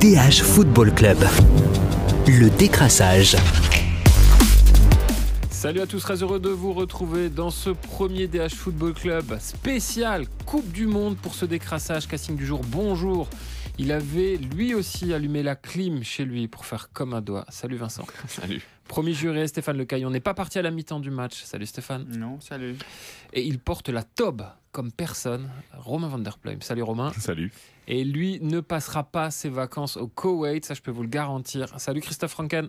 DH Football Club. Le décrassage. Salut à tous, très heureux de vous retrouver dans ce premier DH Football Club spécial Coupe du Monde pour ce décrassage. Casting du jour, bonjour. Il avait lui aussi allumé la clim chez lui pour faire comme un doigt. Salut Vincent. Salut. Premier juré, Stéphane Lecaillon n'est pas parti à la mi-temps du match. Salut Stéphane. Non, salut. Et il porte la tobe comme personne, Romain van der Pluijm. Salut Romain. Salut. Et lui ne passera pas ses vacances au Koweït, ça je peux vous le garantir. Salut Christophe Franken.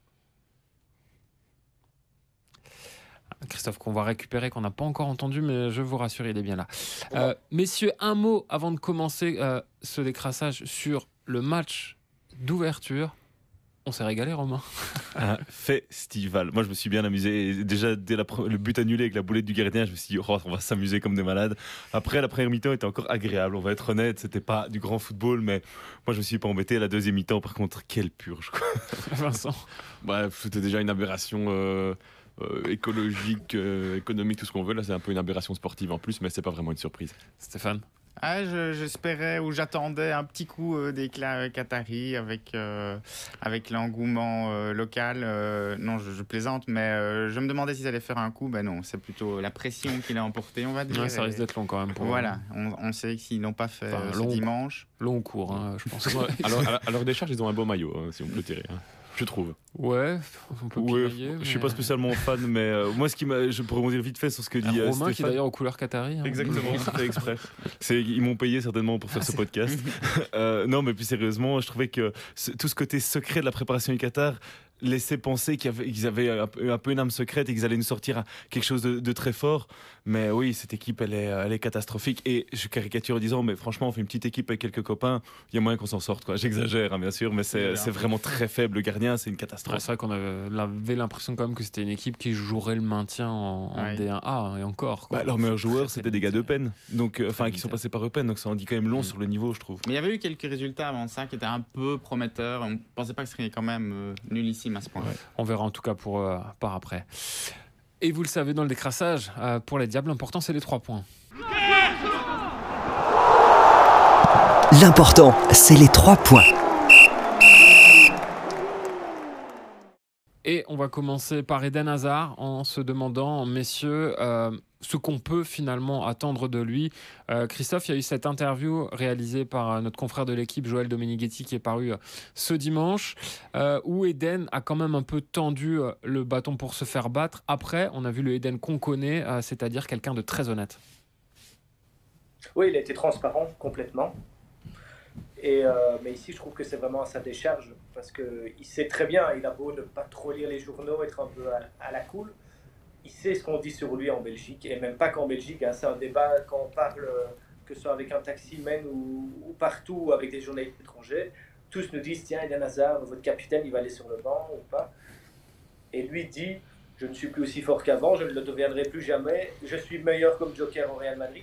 Christophe qu'on va récupérer, qu'on n'a pas encore entendu, mais je vous rassure, il est bien là. Messieurs, un mot avant de commencer ce décrassage sur le match d'ouverture. On s'est régalé, Romain. Un festival. Moi, je me suis bien amusé. Et déjà, dès le but annulé avec la boulette du gardien, je me suis dit, oh, on va s'amuser comme des malades. Après, la première mi-temps était encore agréable. On va être honnête, c'était pas du grand football, mais moi, je me suis pas embêté. La deuxième mi-temps, par contre, quelle purge, quoi. Vincent. Bref, c'était déjà une aberration écologique, économique, tout ce qu'on veut. Là, c'est un peu une aberration sportive en plus, mais c'est pas vraiment une surprise. Stéphane. Ah, j'espérais ou j'attendais un petit coup d'éclat qatari avec l'engouement local. Non, je plaisante, mais je me demandais s'ils allaient faire un coup. Ben non, c'est plutôt la pression qui l'a emporté, on va dire. Ouais, ça risque d'être long quand même. Voilà, on sait que s'ils n'ont pas fait ce dimanche. Long ou court, hein, je pense. Alors, à leur décharge, ils ont un beau maillot, si on peut tirer. Je trouve. Ouais, on peut pinailler, je suis pas spécialement fan, mais moi, je pourrais rebondir vite fait sur ce que dit Romain, Stéphane. qui est d'ailleurs aux couleurs qatari. Hein, exactement, c'est exprès. Ils m'ont payé certainement pour faire ce podcast. Non, mais plus sérieusement, je trouvais que tout ce côté secret de la préparation du Qatar laissait penser qu'ils avaient un peu une âme secrète et qu'ils allaient nous sortir quelque chose de très fort. Mais oui, cette équipe, elle est catastrophique. Et je caricature en disant, mais franchement, on fait une petite équipe avec quelques copains, il y a moyen qu'on s'en sorte, quoi. J'exagère, hein, bien sûr, mais c'est vraiment très faible. Le gardien, c'est une catastrophe. Ouais, c'est vrai qu'on avait l'impression quand même que c'était une équipe qui jouerait le maintien en D1A et encore. Quoi. Leurs meilleurs joueurs, c'était des gars d'Eupen, donc qui sont passés par Eupen, donc ça en dit quand même long sur le niveau, je trouve. Mais il y avait eu quelques résultats avant ça qui étaient un peu prometteurs. On ne pensait pas que ce serait quand même nullissime à ce point. Ouais. On verra en tout cas par après. Et vous le savez, dans le décrassage, pour les Diables, l'important c'est les 3 points. L'important, c'est les 3 points. Et on va commencer par Eden Hazard en se demandant, messieurs, ce qu'on peut finalement attendre de lui. Christophe, il y a eu cette interview réalisée par notre confrère de l'équipe, Joël Domenighetti, qui est paru ce dimanche, où Eden a quand même un peu tendu le bâton pour se faire battre. Après, on a vu le Eden qu'on connaît, c'est-à-dire quelqu'un de très honnête. Oui, il a été transparent complètement. Mais ici, je trouve que c'est vraiment à sa décharge, parce qu'il sait très bien, il a beau ne pas trop lire les journaux, être un peu à la cool, il sait ce qu'on dit sur lui en Belgique, et même pas qu'en Belgique, hein, c'est un débat quand on parle, que ce soit avec un taximan ou partout, avec des journalistes étrangers, tous nous disent, tiens, Eden Hazard, votre capitaine, il va aller sur le banc ou pas. Et lui dit, je ne suis plus aussi fort qu'avant, je ne le deviendrai plus jamais, je suis meilleur comme joker au Real Madrid.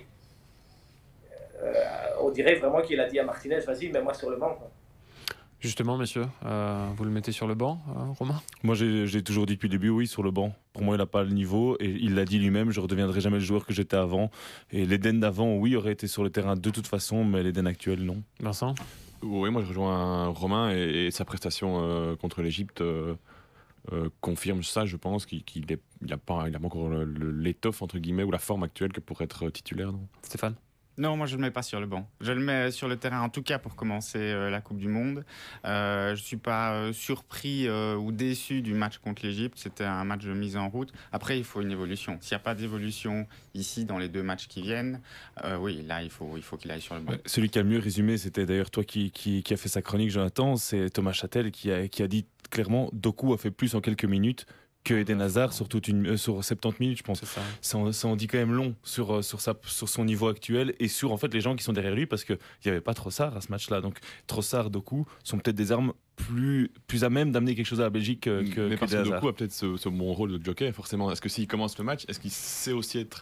On dirait vraiment qu'il a dit à Martinez, vas-y, mets-moi sur le banc, quoi. Justement, messieurs, vous le mettez sur le banc, Romain ? Moi, j'ai toujours dit depuis le début, oui, sur le banc. Pour moi, il n'a pas le niveau, et il l'a dit lui-même, je ne redeviendrai jamais le joueur que j'étais avant. Et l'Eden d'avant, oui, aurait été sur le terrain de toute façon, mais l'Eden actuel, non. Vincent ? Oui, moi je rejoins Romain et sa prestation contre l'Égypte confirme ça, je pense, qu'il n'a pas encore l'étoffe, entre guillemets, ou la forme actuelle que pour être titulaire. Non. Stéphane ? Non, moi je ne le mets pas sur le banc. Je le mets sur le terrain, en tout cas pour commencer la Coupe du Monde. Je ne suis pas surpris ou déçu du match contre l'Égypte. C'était un match de mise en route. Après, il faut une évolution. S'il n'y a pas d'évolution ici dans les 2 matchs qui viennent, oui, là, il faut qu'il aille sur le banc. Celui qui a le mieux résumé, c'était d'ailleurs toi qui a fait sa chronique, Jonathan, c'est Thomas Châtel qui a dit clairement, Doku a fait plus en quelques minutes que Eden Hazard sur 70 minutes, je pense. Ça en dit quand même long sur son niveau actuel et sur en fait les gens qui sont derrière lui, parce qu'il n'y avait pas Trossard à ce match-là. Donc Trossard, Doku sont peut-être des armes plus à même d'amener quelque chose à la Belgique que mais parce que Hazard. Doku a peut-être ce bon rôle de joker, forcément. Est-ce que s'il commence le match, est-ce qu'il sait aussi être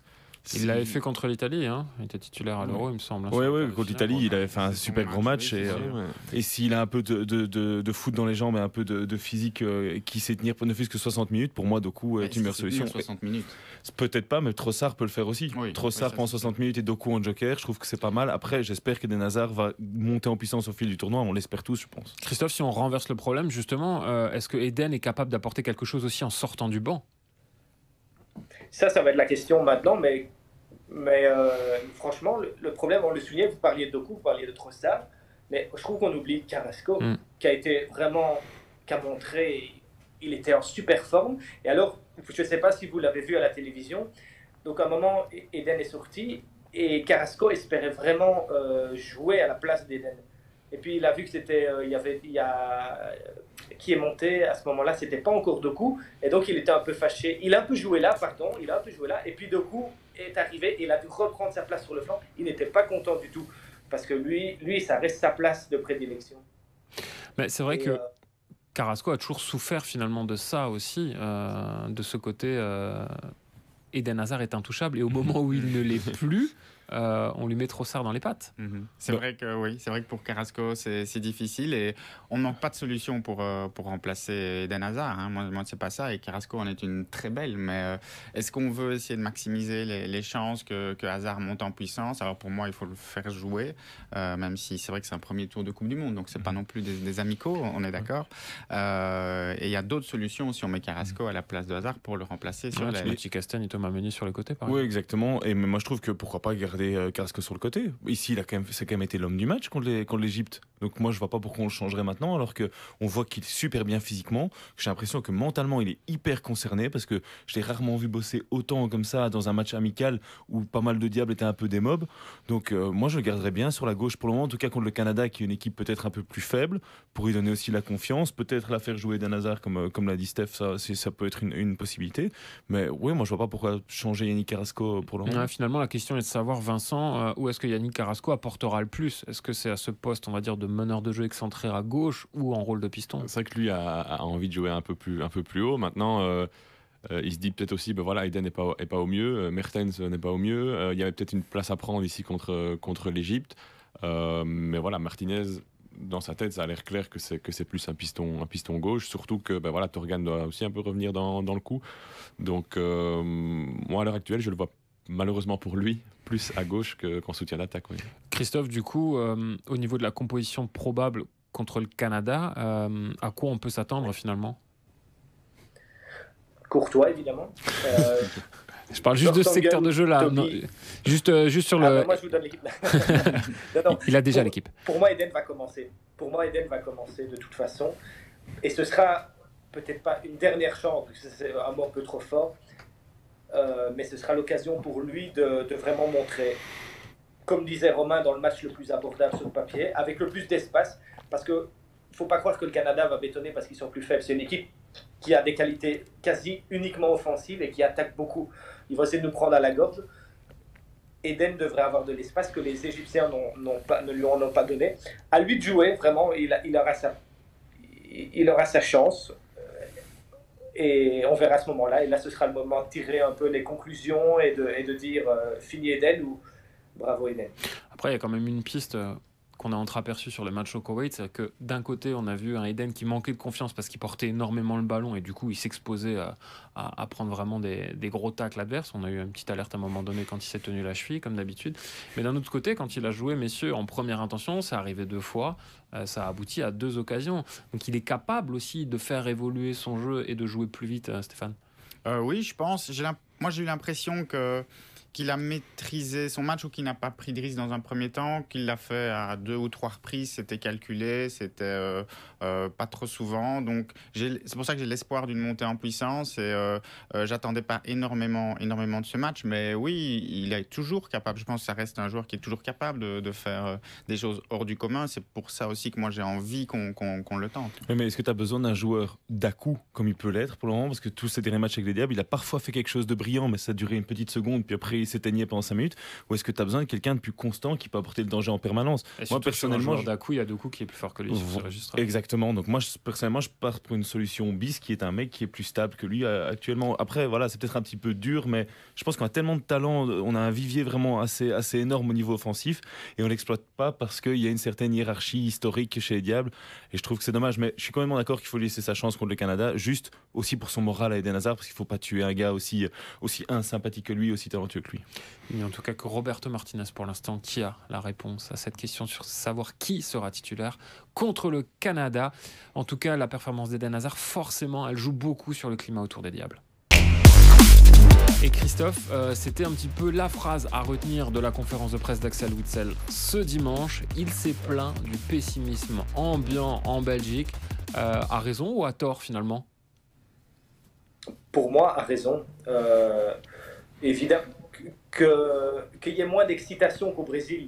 Il l'avait fait contre l'Italie, hein. Il était titulaire à l'Euro, il me semble. Oui, contre l'Italie, il avait fait un super gros match. Et s'il a un peu de foot dans les jambes et un peu de physique qui sait tenir ne fût-ce que 60 minutes, pour moi, Doku est une meilleure solution. 60 minutes. Peut-être pas, mais Trossard peut le faire aussi. Trossard prend 60 minutes et Doku en joker, je trouve que c'est pas mal. Après, j'espère qu'Eden Hazard va monter en puissance au fil du tournoi, on l'espère tous, je pense. Christophe, si on renverse le problème, justement, est-ce que Eden est capable d'apporter quelque chose aussi en sortant du banc ? Ça va être la question maintenant, mais franchement, le problème, on le soulignait, vous parliez de Doku, vous parliez de Trossard, mais je trouve qu'on oublie Carrasco, qui a montré, il était en super forme. Et alors, je ne sais pas si vous l'avez vu à la télévision, donc à un moment, Eden est sorti, et Carrasco espérait vraiment jouer à la place d'Eden. Et puis il a vu que c'était, qui est monté à ce moment-là, c'était pas encore Doku, et donc il était un peu fâché. Il a un peu joué là, et puis Doku est arrivé, et il a dû reprendre sa place sur le flanc. Il n'était pas content du tout, parce que lui, ça reste sa place de prédilection. Mais c'est vrai que Carrasco a toujours souffert finalement de ça aussi, de ce côté Eden Hazard est intouchable, et au moment où il ne l'est plus, on lui met Trossard dans les pattes. C'est vrai que pour Carrasco c'est difficile, et on manque pas de solution pour remplacer Eden Hazard, hein. Moi c'est pas ça, et Carrasco en est une très belle, mais est-ce qu'on veut essayer de maximiser les chances que Hazard monte en puissance? Alors pour moi il faut le faire jouer, même si c'est vrai que c'est un premier tour de Coupe du Monde, donc c'est pas non plus des amicaux, on est d'accord, et il y a d'autres solutions si on met Carrasco à la place de Hazard pour le remplacer sur les petits Castagne et Thomas Meunier sur le côté, par exemple. Oui, exactement, et moi je trouve que pourquoi pas garder Carrasco sur le côté. Ici, c'est quand même été l'homme du match contre l'Égypte. Donc moi, je vois pas pourquoi on le changerait maintenant, alors qu'on voit qu'il est super bien physiquement. J'ai l'impression que mentalement, il est hyper concerné, parce que je l'ai rarement vu bosser autant comme ça dans un match amical où pas mal de diables étaient un peu des mobs. Donc moi, je le garderais bien sur la gauche pour le moment, en tout cas contre le Canada, qui est une équipe peut-être un peu plus faible, pour lui donner aussi la confiance, peut-être la faire jouer Eden Hazard, comme l'a dit Steph, ça peut être une possibilité. Mais oui, moi, je vois pas pourquoi changer Yannick Carrasco pour le moment. Ouais, finalement, la question est de savoir, Vincent, où est-ce que Yannick Carrasco apportera le plus? Est-ce que c'est à ce poste, on va dire, de meneur de jeu excentré à gauche, ou en rôle de piston? C'est vrai que lui a envie de jouer un peu plus haut. Maintenant, il se dit peut-être aussi, voilà, Eden n'est pas au mieux, Mertens n'est pas au mieux. Il y avait peut-être une place à prendre ici contre l'Égypte. Mais voilà, Martinez, dans sa tête, ça a l'air clair que c'est plus un piston gauche. Surtout que voilà, Thorgan doit aussi un peu revenir dans le coup. Donc, moi, à l'heure actuelle, je le vois malheureusement pour lui, plus à gauche qu'en soutien d'attaque. Oui. Christophe, du coup, au niveau de la composition probable contre le Canada, à quoi on peut s'attendre finalement? Courtois, évidemment. Je parle juste de ce secteur de jeu là. Non, juste sur le. Moi, je vous donne l'équipe. non, il a déjà l'équipe. Pour moi, Eden va commencer. De toute façon. Et ce sera peut-être pas une dernière chance, parce que c'est un mot un peu trop fort. Mais ce sera l'occasion pour lui de vraiment montrer, comme disait Romain, dans le match le plus abordable sur le papier, avec le plus d'espace, parce qu'il ne faut pas croire que le Canada va bétonner parce qu'ils sont plus faibles. C'est une équipe qui a des qualités quasi uniquement offensives et qui attaque beaucoup. Ils vont essayer de nous prendre à la gorge. Eden devrait avoir de l'espace que les Égyptiens ne lui en ont pas donné. À lui de jouer, vraiment, il aura sa chance. Et on verra à ce moment-là. Et là, ce sera le moment de tirer un peu les conclusions et de dire fini Eden ou bravo Eden. Après, il y a quand même une piste qu'on a entreaperçue sur le match au Koweït, c'est que d'un côté, on a vu un Eden qui manquait de confiance parce qu'il portait énormément le ballon et du coup, il s'exposait à prendre vraiment des gros tacles adverses. On a eu une petite alerte à un moment donné quand il s'est tenu la cheville, comme d'habitude. Mais d'un autre côté, quand il a joué, messieurs, en première intention, ça arrivé 2 fois. Ça a abouti à 2 occasions. Donc il est capable aussi de faire évoluer son jeu et de jouer plus vite, Stéphane. Oui, je pense. Moi, j'ai eu l'impression qu'il a maîtrisé son match, ou qu'il n'a pas pris de risque dans un premier temps, qu'il l'a fait à 2 ou 3 reprises, c'était calculé, c'était pas trop souvent. Donc c'est pour ça que j'ai l'espoir d'une montée en puissance, et j'attendais pas énormément de ce match, mais oui, il est toujours capable. Je pense que ça reste un joueur qui est toujours capable de faire des choses hors du commun. C'est pour ça aussi que moi j'ai envie qu'on le tente. Mais est-ce que tu as besoin d'un joueur d'à-coup comme il peut l'être pour le moment? Parce que tous ces derniers matchs avec les Diables, il a parfois fait quelque chose de brillant, mais ça a duré une petite seconde, puis après il s'éteignait pendant 5 minutes, ou est-ce que tu as besoin de quelqu'un de plus constant qui peut apporter le danger en permanence? Et moi, personnellement, il y a Doku qui est plus fort que lui sur ce registre. Exactement. Donc moi, personnellement, je pars pour une solution bis qui est un mec qui est plus stable que lui actuellement. Après, voilà, c'est peut-être un petit peu dur, mais je pense qu'on a tellement de talent, on a un vivier vraiment assez énorme au niveau offensif, et on l'exploite pas parce qu'il y a une certaine hiérarchie historique chez les Diables, et je trouve que c'est dommage. Mais je suis quand même d'accord qu'il faut laisser sa chance contre le Canada, juste aussi pour son moral à Eden Hazard, parce qu'il faut pas tuer un gars aussi sympathique que lui, aussi talentueux que lui. Et en tout cas que Roberto Martinez pour l'instant qui a la réponse à cette question sur savoir qui sera titulaire contre le Canada. En tout cas, la performance d'Eden Hazard, forcément, elle joue beaucoup sur le climat autour des Diables. Et Christophe, c'était un petit peu la phrase à retenir de la conférence de presse d'Axel Witsel ce dimanche. Il s'est plaint du pessimisme ambiant en Belgique. À raison ou à tort finalement? Pour moi, à raison. Évidemment, qu'il y ait moins d'excitation qu'au Brésil,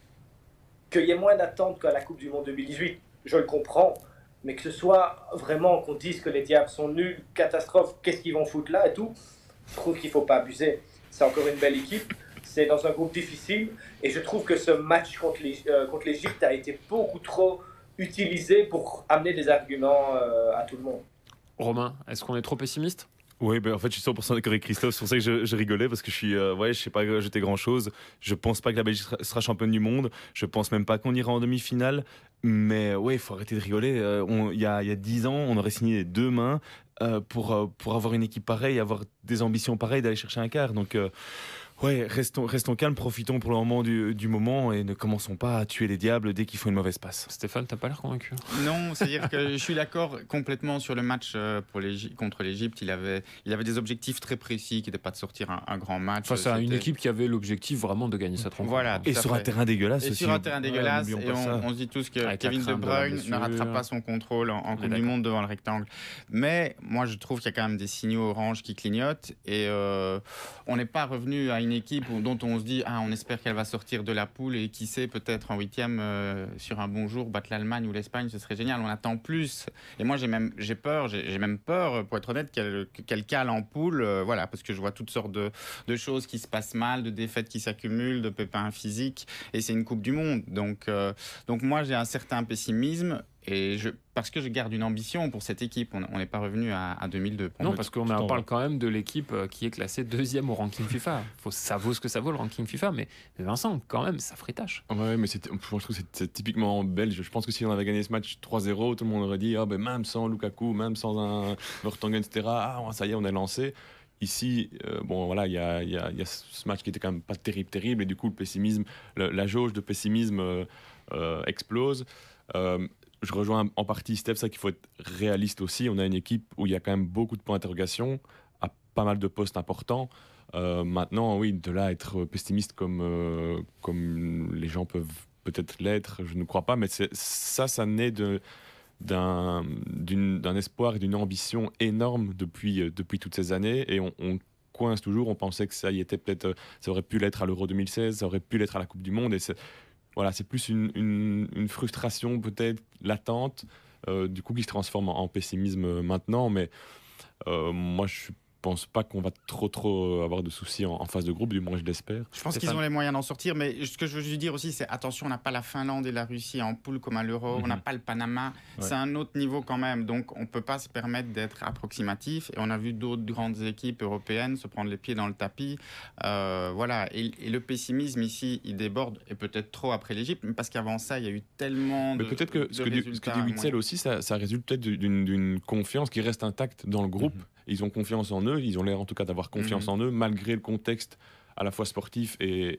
qu'il y ait moins d'attente qu'à la Coupe du Monde 2018, je le comprends. Mais que ce soit vraiment qu'on dise que les Diables sont nuls, catastrophe, qu'est-ce qu'ils vont foutre là et tout, je trouve qu'il ne faut pas abuser. C'est encore une belle équipe, c'est dans un groupe difficile, et je trouve que ce match contre l'Égypte a été beaucoup trop utilisé pour amener des arguments à tout le monde. Romain, est-ce qu'on est trop pessimiste ? Oui, en fait, je suis 100% d'accord avec Christophe. C'est pour ça que je rigolais, parce que je sais pas jeter grand-chose. Je pense pas que la Belgique sera championne du monde. Je pense même pas qu'on ira en demi-finale. Mais ouais, il faut arrêter de rigoler. Il y a 10 ans, on aurait signé les 2 mains pour avoir une équipe pareille, avoir des ambitions pareilles, d'aller chercher un quart. Donc, ouais, restons calmes, profitons pour le moment du moment, et ne commençons pas à tuer les Diables dès qu'ils font une mauvaise passe. Stéphane, t'as pas l'air convaincu? Non, c'est-à-dire que je suis d'accord complètement sur le match contre l'Égypte. Il avait des objectifs très précis, qui n'étaient pas de sortir un grand match. Face à une équipe qui avait l'objectif vraiment de gagner cette rencontre. Voilà, et sur un terrain dégueulasse aussi. Sur un terrain dégueulasse, et on se dit tous que avec Kevin De Bruyne ne rattrape pas son contrôle en Coupe du Monde devant le rectangle. Mais moi, je trouve qu'il y a quand même des signaux orange qui clignotent, et on n'est pas revenu à une équipe dont on se dit on espère qu'elle va sortir de la poule, et qui sait, peut-être en 8e sur un bon jour battre l'Allemagne ou l'Espagne, ce serait génial. On attend plus, et moi j'ai même peur, pour être honnête, qu'elle cale en poule, voilà, parce que je vois toutes sortes de choses qui se passent mal, de défaites qui s'accumulent, de pépins physiques, et c'est une Coupe du Monde, donc moi j'ai un certain pessimisme. Et parce que je garde une ambition pour cette équipe. On n'est pas revenu à 2002. Non, parce qu'on parle quand même de l'équipe qui est classée 2e au ranking FIFA. Ça vaut ce que ça vaut, le ranking FIFA. Mais Vincent, quand même, ça ferait tâche. Ouais, mais moi, je trouve que c'est typiquement belge. Je pense que si on avait gagné ce match 3-0, tout le monde aurait dit même sans Lukaku, même sans un Vertonghen, etc., ça y est, on est lancé. Ici, il y a ce match qui était quand même pas terrible. Et du coup, le pessimisme, la jauge de pessimisme explose. Je rejoins en partie Steph, c'est qu'il faut être réaliste aussi. On a une équipe où il y a quand même beaucoup de points d'interrogation, à pas mal de postes importants. Maintenant, oui, de là à être pessimiste comme les gens peuvent peut-être l'être, je ne crois pas, mais ça naît d'un espoir et d'une ambition énorme depuis toutes ces années, et on coince toujours. On pensait que ça y était peut-être, ça aurait pu l'être à l'Euro 2016, ça aurait pu l'être à la Coupe du Monde, et c'est plus une frustration peut-être latente, du coup qui se transforme en pessimisme maintenant. Mais moi je pense pas qu'on va trop avoir de soucis en phase de groupe, du moins je l'espère. Je pense qu'ils ont les moyens d'en sortir, mais ce que je veux juste dire aussi, c'est attention, on n'a pas la Finlande et la Russie en poule comme à l'Euro, on n'a pas le Panama, c'est un autre niveau quand même, donc on peut pas se permettre d'être approximatif, et on a vu d'autres grandes équipes européennes se prendre les pieds dans le tapis, voilà, et le pessimisme ici, il déborde, et peut-être trop après l'Égypte, parce qu'avant ça, il y a eu tellement mais peut-être que ce que dit Witsel aussi, ça résulte peut-être d'une confiance qui reste intacte dans le groupe. Ils ont confiance en eux, ils ont l'air en tout cas d'avoir confiance en eux, malgré le contexte à la fois sportif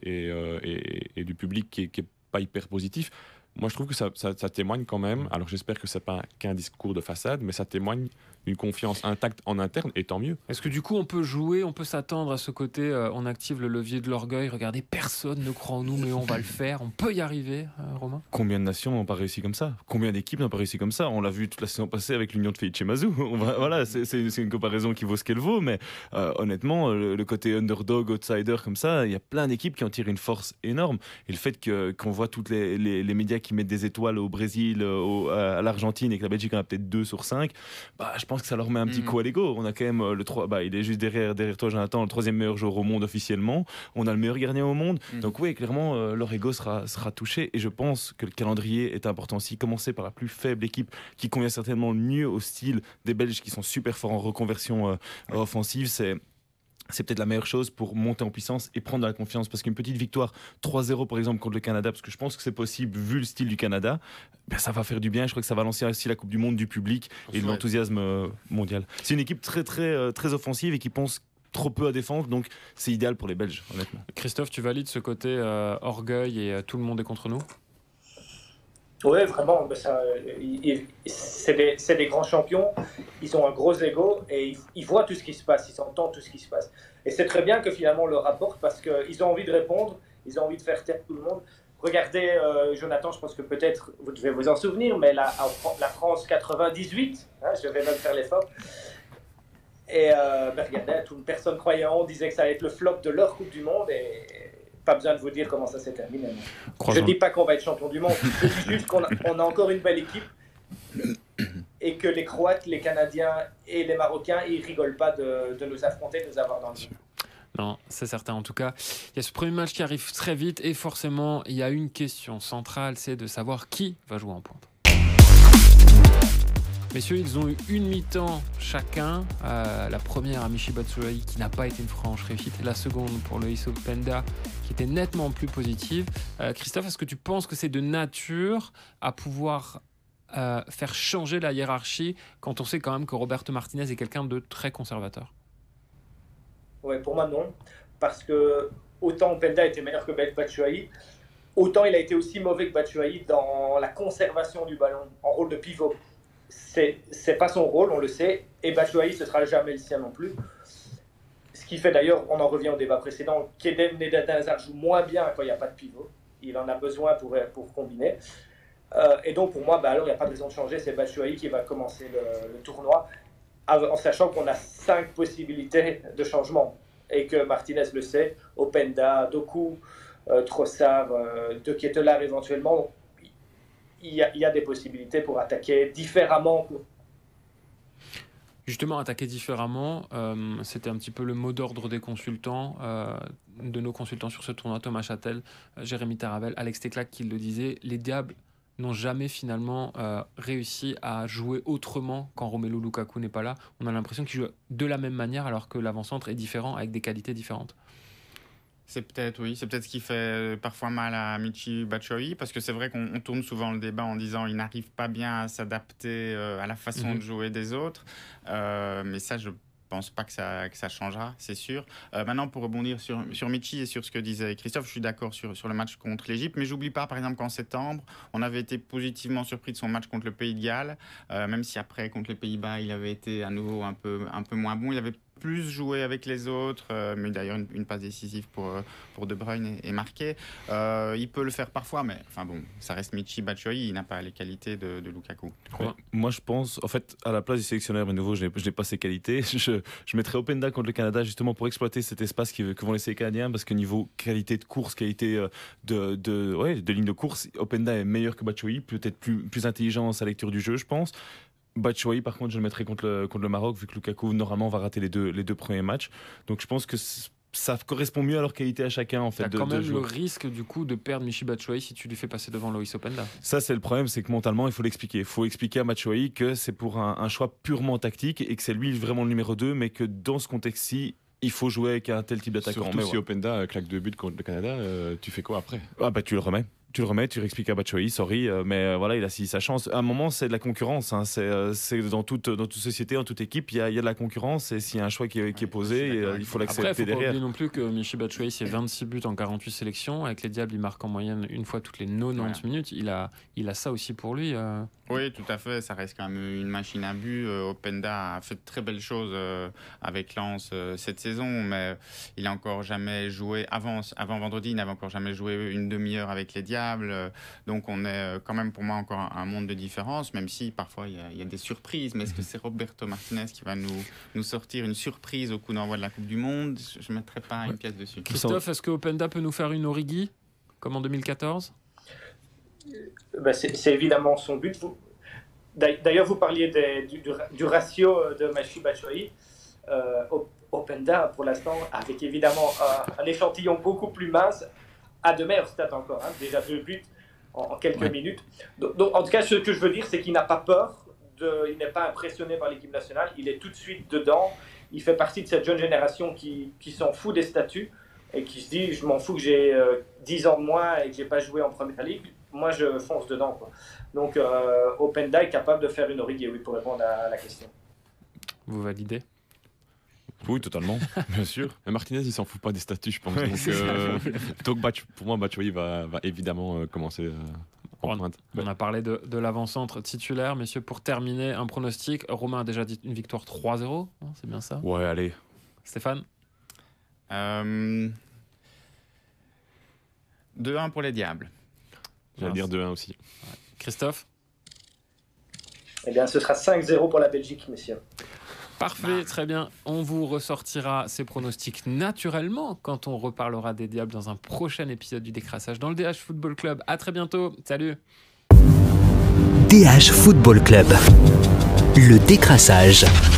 et du public qui est pas hyper positif. Moi, je trouve que ça témoigne quand même, alors j'espère que c'est pas qu'un discours de façade, mais ça témoigne d'une confiance intacte en interne, et tant mieux. Est-ce que du coup on peut jouer, on peut s'attendre à ce côté, on active le levier de l'orgueil, regardez, personne ne croit en nous, mais on va le faire, on peut y arriver, Romain? Combien de nations n'ont pas réussi comme ça? Combien d'équipes n'ont pas réussi comme ça? On l'a vu toute la saison passée avec l'Union de Felice Mazou. Voilà, c'est une comparaison qui vaut ce qu'elle vaut, mais honnêtement, le côté underdog, outsider comme ça, il y a plein d'équipes qui en tirent une force énorme. Et le fait qu'on voit toutes les médias qui mettent des étoiles au Brésil, à l'Argentine, et que la Belgique en a peut-être 2 sur 5, je pense que ça leur met un petit coup à l'ego. On a quand même le 3, il est juste derrière toi, Jonathan, le 3e meilleur joueur au monde officiellement. On a le meilleur gardien au monde. Donc oui, clairement, leur ego sera touché. Et je pense que le calendrier est important aussi. Commencer par la plus faible équipe qui convient certainement le mieux au style des Belges qui sont super forts en reconversion offensive, c'est peut-être la meilleure chose pour monter en puissance et prendre de la confiance, parce qu'une petite victoire 3-0 par exemple contre le Canada, parce que je pense que c'est possible vu le style du Canada, ça va faire du bien. Je crois que ça va lancer aussi la Coupe du Monde du public et de l'enthousiasme mondial. C'est une équipe très, très, très offensive et qui pense trop peu à défendre, donc c'est idéal pour les Belges, honnêtement. Christophe, tu valides ce côté orgueil et tout le monde est contre nous? Oui, vraiment, c'est des grands champions, ils ont un gros ego et ils voient tout ce qui se passe, ils entendent tout ce qui se passe. Et c'est très bien que finalement on leur rapporte, parce qu'ils ont envie de répondre, ils ont envie de faire taire tout le monde. Regardez, Jonathan, je pense que peut-être vous devez vous en souvenir, mais la France 98, je vais même faire l'effort. Et regardez, personne croyait en eux, disait que ça allait être le flop de leur Coupe du Monde, et pas besoin de vous dire comment ça s'est terminé. Je ne dis pas qu'on va être champion du monde, je dis juste qu'on a encore une belle équipe et que les Croates, les Canadiens et les Marocains, ils rigolent pas de nous affronter, de nous avoir dans le jeu. Non, c'est certain. En tout cas, il y a ce premier match qui arrive très vite et forcément, il y a une question centrale, c'est de savoir qui va jouer en pointe. Messieurs, ils ont eu une mi-temps chacun. La première à Michy Batshuayi qui n'a pas été une franche réussite. La seconde pour Loïs Openda qui était nettement plus positive. Christophe, est-ce que tu penses que c'est de nature à pouvoir faire changer la hiérarchie quand on sait quand même que Roberto Martinez est quelqu'un de très conservateur? Ouais, pour moi non. Parce que autant Openda était meilleur que Batshuayi, autant il a été aussi mauvais que Batshuayi dans la conservation du ballon, en rôle de pivot. C'est pas son rôle, on le sait, et Batshuayi ce sera jamais le sien non plus. Ce qui fait d'ailleurs, on en revient au débat précédent, qu'Eden Hazard joue moins bien quand il n'y a pas de pivot. Il en a besoin pour combiner. Et donc pour moi, alors il n'y a pas de raison de changer, c'est Batshuayi qui va commencer le tournoi, en sachant qu'on a 5 possibilités de changement et que Martinez le sait. Openda, Doku, Trossard, De Ketelaere éventuellement. Il y a des possibilités pour attaquer différemment. Justement, attaquer différemment, c'était un petit peu le mot d'ordre des consultants, de nos consultants sur ce tournoi, Thomas Châtel, Jérémy Taravel, Alex Teclac qui le disait. Les Diables n'ont jamais finalement réussi à jouer autrement quand Romelu Lukaku n'est pas là. On a l'impression qu'ils jouent de la même manière alors que l'avant-centre est différent avec des qualités différentes. C'est peut-être ce qui fait parfois mal à Michy Batshuayi, parce que c'est vrai qu'on tourne souvent le débat en disant il n'arrive pas bien à s'adapter à la façon de jouer des autres, mais ça je pense pas que ça changera, c'est sûr. Maintenant, pour rebondir sur Michy et sur ce que disait Christophe, je suis d'accord sur le match contre l'Égypte, mais j'oublie pas par exemple qu'en septembre, on avait été positivement surpris de son match contre le Pays de Galles, même si après contre les Pays-Bas il avait été à nouveau un peu moins bon. Il avait plus joué avec les autres, mais d'ailleurs une passe décisive pour De Bruyne est marquée. Il peut le faire parfois, mais enfin bon, ça reste Michy Batshuayi, il n'a pas les qualités de Lukaku. Ouais. Moi je pense, en fait, à la place du sélectionneur, mais nouveau, je n'ai pas ses qualités. Je mettrais Openda contre le Canada justement pour exploiter cet espace que vont laisser les Canadiens, parce que niveau qualité de course, qualité de ligne de course, Openda est meilleur que Batshuayi, peut-être plus intelligent dans sa lecture du jeu, je pense. Batshuayi, par contre, je le mettrai contre le Maroc, vu que Lukaku, normalement, va rater les deux premiers matchs. Donc, je pense que ça correspond mieux à leur qualité à chacun, en fait. T'as quand même le risque, du coup, de perdre Michy Batshuayi si tu lui fais passer devant Loïs Openda. Ça, c'est le problème, c'est que mentalement, il faut l'expliquer. Il faut expliquer à Batshuayi que c'est pour un choix purement tactique et que c'est lui vraiment le numéro 2, mais que dans ce contexte-ci, il faut jouer avec un tel type d'attaquant. Surtout si Openda claque 2 buts contre le Canada, tu fais quoi après? Tu le remets. Tu réexpliques à Batshuayi, mais voilà, il a saisi sa chance. À un moment, c'est de la concurrence. C'est dans toute société, dans toute équipe, il y a de la concurrence. Et s'il y a un choix qui est posé, il faut l'accepter derrière. Après, il ne faut pas oublier derrière. non plus que Michy Batshuayi, c'est 26 buts en 48 sélections. Avec les Diables, il marque en moyenne une fois toutes les 90 minutes. Il a ça aussi pour lui. Oui, tout à fait. Ça reste quand même une machine à but. Openda a fait de très belles choses avec Lens cette saison, mais il n'a encore jamais joué avant vendredi. Il n'avait encore jamais joué une demi-heure avec les Diables. Donc on est quand même pour moi encore un monde de différence, même si parfois il y a des surprises. Mais est-ce que c'est Roberto Martinez qui va nous sortir une surprise au coup d'envoi de la Coupe du Monde? Je ne mettrai pas une pièce dessus. Christophe, est-ce que Openda peut nous faire une Origi comme en 2014? c'est évidemment son but. D'ailleurs, vous parliez du ratio de Machi Batshuayi. Openda, pour l'instant, avec évidemment un échantillon beaucoup plus mince, a de meilleurs stats encore. Déjà 2 buts en quelques minutes. Donc, en tout cas, ce que je veux dire, c'est qu'il n'a pas peur, il n'est pas impressionné par l'équipe nationale. Il est tout de suite dedans. Il fait partie de cette jeune génération qui s'en fout des statuts et qui se dit, je m'en fous que j'ai 10 ans de moins et que je n'ai pas joué en Première Ligue. Moi, je fonce dedans, quoi. Donc, Openda est capable de faire une Origi, oui, pour répondre à la question. Vous validez? Oui, totalement, bien sûr. Mais Martinez, il s'en fout pas des statuts, je pense. Donc pour moi, Batshuayi va évidemment commencer en pointe. On a parlé de l'avant-centre titulaire. Messieurs, pour terminer, un pronostic. Romain a déjà dit une victoire 3-0, c'est bien ça? Ouais, allez. Stéphane? 2-1 pour les Diables. J'allais dire 2-1 aussi. Ouais. Christophe? Eh bien, ce sera 5-0 pour la Belgique, messieurs. Parfait, très bien. On vous ressortira ces pronostics naturellement quand on reparlera des Diables dans un prochain épisode du Décrassage dans le DH Football Club. À très bientôt. Salut. DH Football Club. Le Décrassage.